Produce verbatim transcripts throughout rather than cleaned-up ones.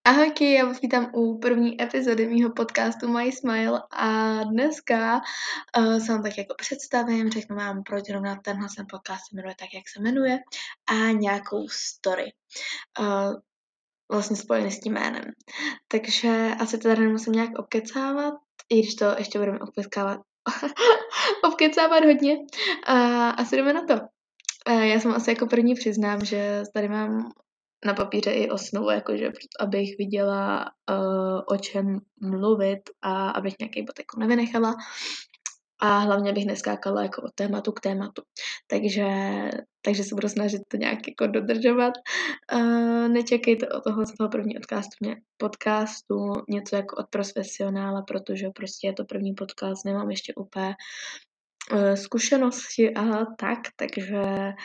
Ahojky, já vás vítám u první epizody mýho podcastu My Smile a dneska uh, se vám tak jako představím, řeknu vám, proč zrovna tenhle ten podcast se jmenuje tak, jak se jmenuje a nějakou story. Uh, vlastně spojený s tím jménem. Takže asi to tady nemusím nějak obkecávat, i když to ještě budeme obkecávat, obkecávat hodně. A asi jdeme na to. Uh, já jsem asi jako první přiznám, že tady mám na papíře i osnovu, jakože, abych viděla, uh, o čem mluvit a abych nějaký bod jako nevynechala. A hlavně bych neskákala jako od tématu k tématu. Takže, takže se budu snažit to nějak jako dodržovat. Uh, nečekejte od toho, z toho první podcastu, mě, podcastu něco jako od profesionála, protože prostě je to první podcast, nemám ještě úplně uh, zkušenosti a tak, takže,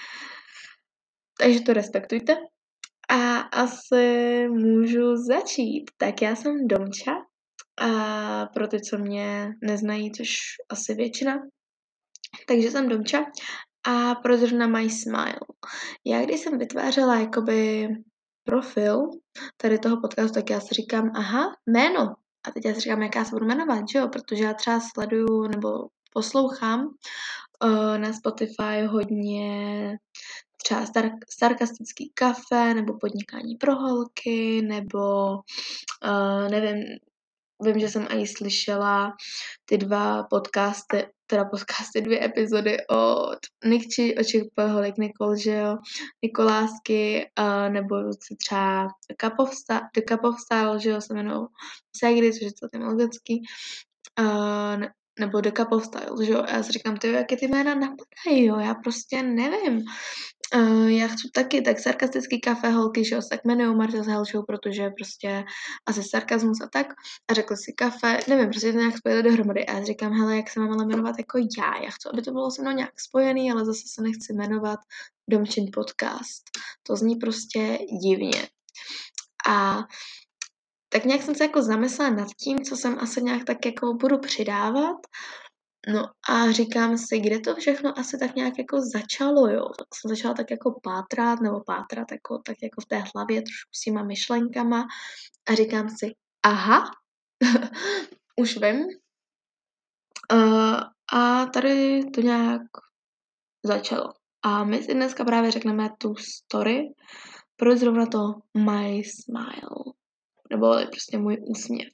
takže to respektujte. A asi můžu začít. Tak já jsem Domča a pro ty, co mě neznají, což asi většina, takže jsem Domča a proč zrovna My Smile. Já když jsem vytvářela jakoby profil tady toho podcastu, tak já si říkám, aha, jméno. A teď já si říkám, jak já se budu jmenovat, že jo? Protože já třeba sleduju nebo poslouchám uh, na Spotify hodně třeba star- sarkastický kafe, nebo podnikání pro holky, nebo uh, nevím, vím, že jsem i slyšela ty dva podcasty, teda podcasty, dvě epizody od Nikči, od Čipholik Nikol, že jo, Nikolásky, uh, nebo si třeba The Cup of, Sta- The Cup of Style, že jo, se jmenou Segry, což je celkem logický, uh, ne- nebo The Cup of Style, že jo, a já si říkám, ty, jaké ty jména napadají, jo, já prostě nevím. Uh, já chci taky tak sarkastický kafe holky, že jo, se tak jmenujou Marta s Helšou, protože prostě asi sarkazmus a tak. A řekl si kafe, nevím, prostě to nějak spojili dohromady. A já říkám, hele, jak se mám ale jmenovat jako já? Já chci, aby to bylo se mnou nějak spojený, ale zase se nechci jmenovat Domčin podcast. To zní prostě divně. A tak nějak jsem se jako zamyslela nad tím, co jsem asi nějak tak jako budu přidávat. No a říkám si, kde to všechno asi tak nějak jako začalo, jo. Tak jsem začala tak jako pátrat, nebo pátrat jako, tak jako v té hlavě trošku s těma myšlenkama a říkám si, aha, už vím. Uh, a tady to nějak začalo. A my si dneska právě řekneme tu story, proč zrovna to My Smile, nebo prostě můj úsměv.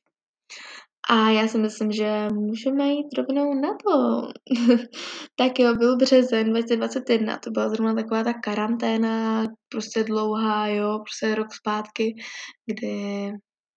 A já si myslím, že můžeme jít rovnou na to. Tak jo, byl březen dva tisíce dvacet jedna, to byla zrovna taková ta karanténa, prostě dlouhá, jo, prostě rok zpátky, kdy,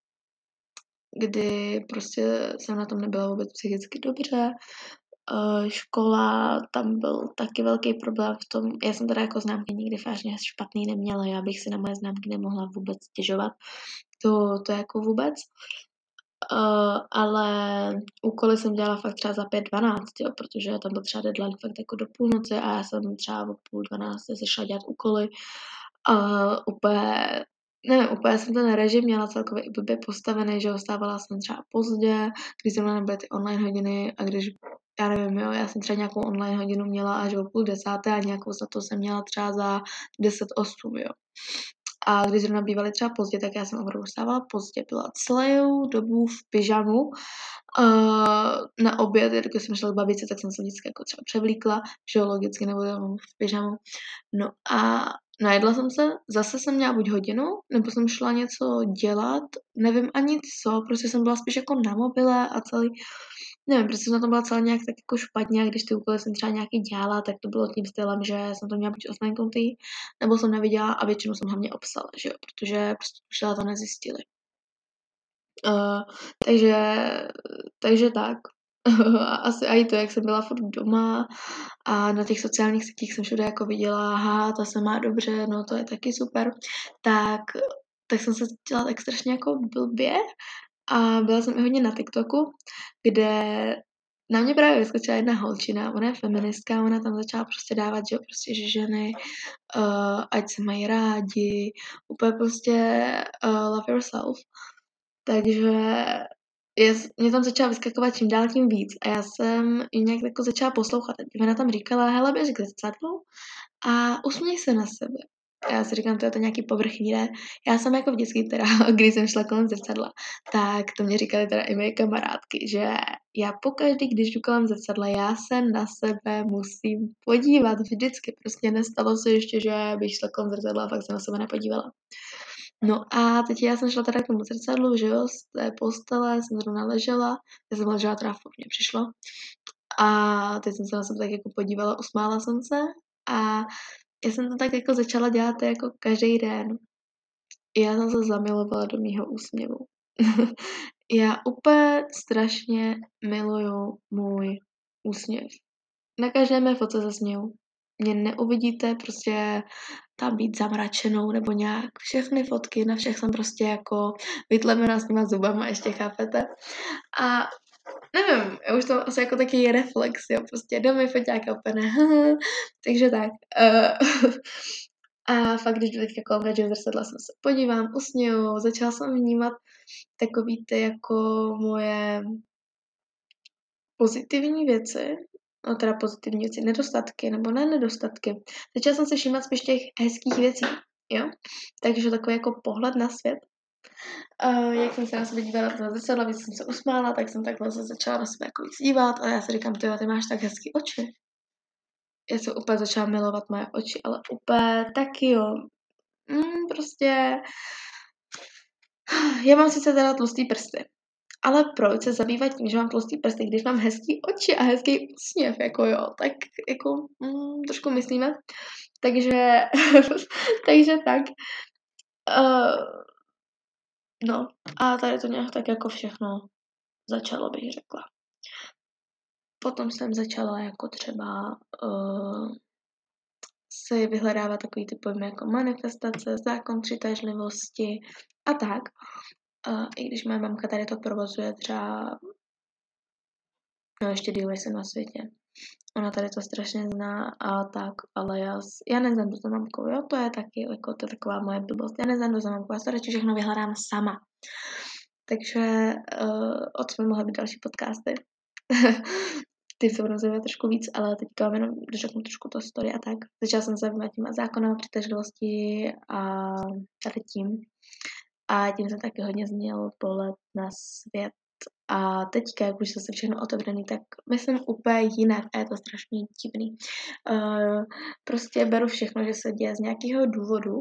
kdy prostě jsem na tom nebyla vůbec psychicky dobře. Uh, škola, tam byl taky velký problém v tom, já jsem teda jako známky nikdy vážně špatný neměla, já bych si na moje známky nemohla vůbec stěžovat, to, to jako vůbec. Uh, ale úkoly jsem dělala fakt třeba za pět dvanáct, jo, protože tam byl třeba deadline fakt jako do půlnoci a já jsem třeba o půl dvanácté se šla dělat úkoly. Uh, úplně, nevím, úplně jsem ten režim měla celkově i blbě postavený, že vstávala jsem třeba pozdě, když jsem nebyly ty online hodiny a když, já nevím, jo, já jsem třeba nějakou online hodinu měla až o půl desáté a nějakou za to jsem měla třeba za deset osm, jo. A když zrovna bývaly třeba pozdě, tak já jsem opravdu vstávala pozdě. Byla celou dobu v pyžamu. Uh, na oběd, když jsem šla k babičce, tak jsem se vždycky jako třeba převlíkla, že jo, logicky nebudu v pyžamu. No a najedla jsem se, zase jsem měla buď hodinu, nebo jsem šla něco dělat, nevím ani co, prostě jsem byla spíš jako na mobile a celý, nevím, prostě jsem na tom byla celé nějak tak jako špatně a když ty úkoly jsem třeba nějaký dělala, tak to bylo tím stylem, že jsem to měla buď osmanknutý, nebo jsem neviděla a většinou jsem hlavně obsala, že jo, protože prostě učitelé to nezjistili. Uh, takže, takže tak. Asi i to, jak jsem byla furt doma a na těch sociálních sítích jsem všude jako viděla, aha, ta se má dobře, no to je taky super, tak, tak jsem se cítila tak strašně jako blbě a byla jsem i hodně na TikToku, kde na mě právě vyskočila jedna holčina, ona je feministka, ona tam začala prostě dávat, že prostě, že ženy, uh, ať se mají rádi, úplně prostě uh, love yourself. Takže je, mě tam začala vyskakovat čím dál tím víc a já jsem ji nějak jako začala poslouchat. Ona tam říkala, hele, běž k zrcadlu a usměj se na sebe. A já si říkám, to je to nějaký povrchní, ne? Já jsem jako vždycky teda, když jsem šla kolem zrcadla, tak to mě říkali teda i moje kamarádky, že já pokaždý, když jdu kolem zrcadla, já se na sebe musím podívat vždycky. Prostě nestalo se ještě, že bych šla kolem zrcadla a fakt se na sebe nepodívala. No a teď já jsem šla teda k tomu zrcadlu, že jo, z té postele jsem zrovna ležela, já jsem ležela teda furt mě přišlo. A teď jsem se na sebe tak jako podívala, usmála jsem se a já jsem to tak jako začala dělat jako každý den. Já jsem se zamilovala do mýho úsměvu. Já úplně strašně miluju můj úsměv. Na každé mé fotce se směju. Mě neuvidíte prostě tam být zamračenou nebo nějak. Všechny fotky, na všech jsem prostě jako vytlemená s těma zubama, ještě chápete. A nevím, už to asi jako taky reflex, jo, prostě jdeme foťáka úplně, takže tak. Uh, a fakt, když jdu teďka kolem radžího zrcadla, jsem se podívám, usměju, začala jsem vnímat takový ty jako moje pozitivní věci, no teda pozitivní věci, nedostatky, nebo ne nedostatky. Začala jsem se všímat spíš těch hezkých věcí, jo, takže takový jako pohled na svět. Uh, jak jsem se na sebe dívala na zrcadlo, víc jsem se usmála, tak jsem takhle se začala na sebe jako víc dívat a já si říkám, tyjo, ty máš tak hezký oči. Já jsem úplně začala milovat moje oči, ale úplně taky jo. Mm, prostě já mám sice teda tlustý prsty, ale proč se zabývat tím, že mám tlustý prsty, když mám hezký oči a hezký úsměv, jako jo, tak jako mm, trošku myslíme. Takže, takže tak. Uh, no a tady to nějak tak jako všechno začalo, bych řekla. Potom jsem začala jako třeba uh, si vyhledávat takový ty pojmy jako manifestace, zákon přitažlivosti a tak. Uh, I když moje mamka tady to provozuje třeba no ještě díl, než jsem na světě. Ona tady to strašně zná a tak, ale já, já neznám do za mamkou, jo, to je taky, jako to je taková moje blbost, já neznám do za mamkou, já se radši všechno vyhledám sama. Takže uh, o tom mohly být další podcasty. Ty se budou zajímat trošku víc, ale teďka vám jenom dořeknu trošku to story a tak. Začala jsem se zajímat těma zákonem přitažlivosti a tady tím. A tím se taky hodně změnil pohled na svět. A teďka, jak už je zase všechno otevřený, tak myslím úplně jinak a je to strašně divný. Uh, prostě beru všechno, že se děje z nějakého důvodu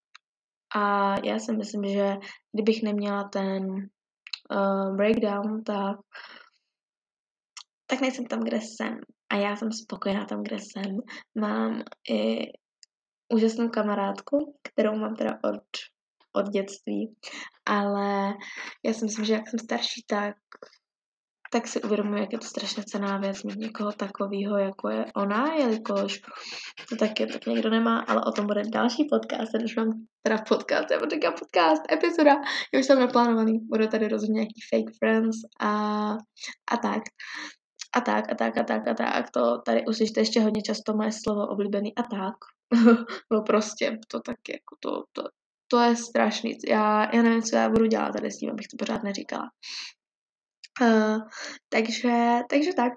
a já si myslím, že kdybych neměla ten uh, breakdown, tak tak nejsem tam, kde jsem. A já jsem spokojená tam, kde jsem. Mám i úžasnou kamarádku, kterou mám teda od, od dětství. Ale já si myslím, že jak jsem starší, tak, tak si uvědomuji, jak je to strašně cenná věc mít někoho takového, jako je ona, jelikož to taky tak někdo nemá, ale o tom bude další podcast, já už mám teda podcast, já budu říkat podcast, epizoda, já už jsem naplánovaný, bude tady rozhodně nějaký fake friends a, a tak. A tak, a tak, a tak, a tak, to tady uslyšte ještě hodně často moje slovo oblíbený a tak. No prostě, to tak jako to, to, to je strašný. Já, já nevím, co já budu dělat tady s tím, abych to pořád neříkala. Uh, takže, takže tak.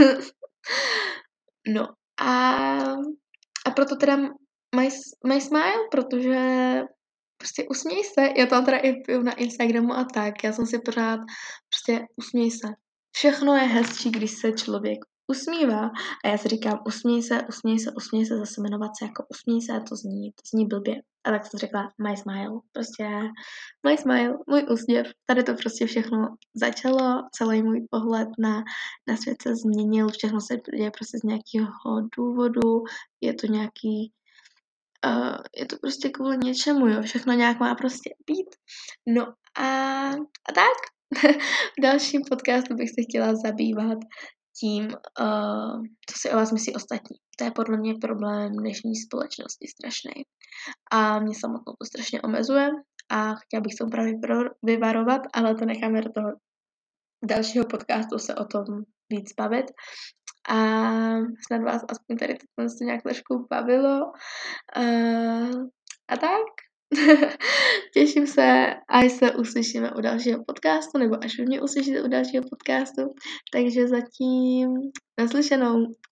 No a, a proto teda my, my smile, protože prostě usměj se, já tam teda i piju na Instagramu a tak, já jsem si pořád prostě usměj se. Všechno je hezčí, když se člověk usmívá a já si říkám usměj se, usměj se, usměj se, zase jmenovat se jako usměj se, to zní, to zní blbě. A tak jsem řekla my smile, prostě my smile, můj úsměv, tady to prostě všechno začalo, celý můj pohled na, na svět se změnil, všechno se děje prostě z nějakého důvodu, je to nějaký Uh, je to prostě kvůli něčemu, jo, všechno nějak má prostě být. No a, a tak. V dalším podcastu bych se chtěla zabývat tím, uh, co si o vás myslí ostatní. To je podle mě problém dnešní společnosti strašný. A mě samotnou to strašně omezuje a chtěla bych se právě vyvarovat, ale to necháme do toho dalšího podcastu se o tom víc bavit. A snad vás aspoň tady to nějak trošku bavilo. Uh, a tak. Těším se, až se uslyšíme u dalšího podcastu, nebo až vy mě uslyšíte u dalšího podcastu. Takže zatím naslyšenou.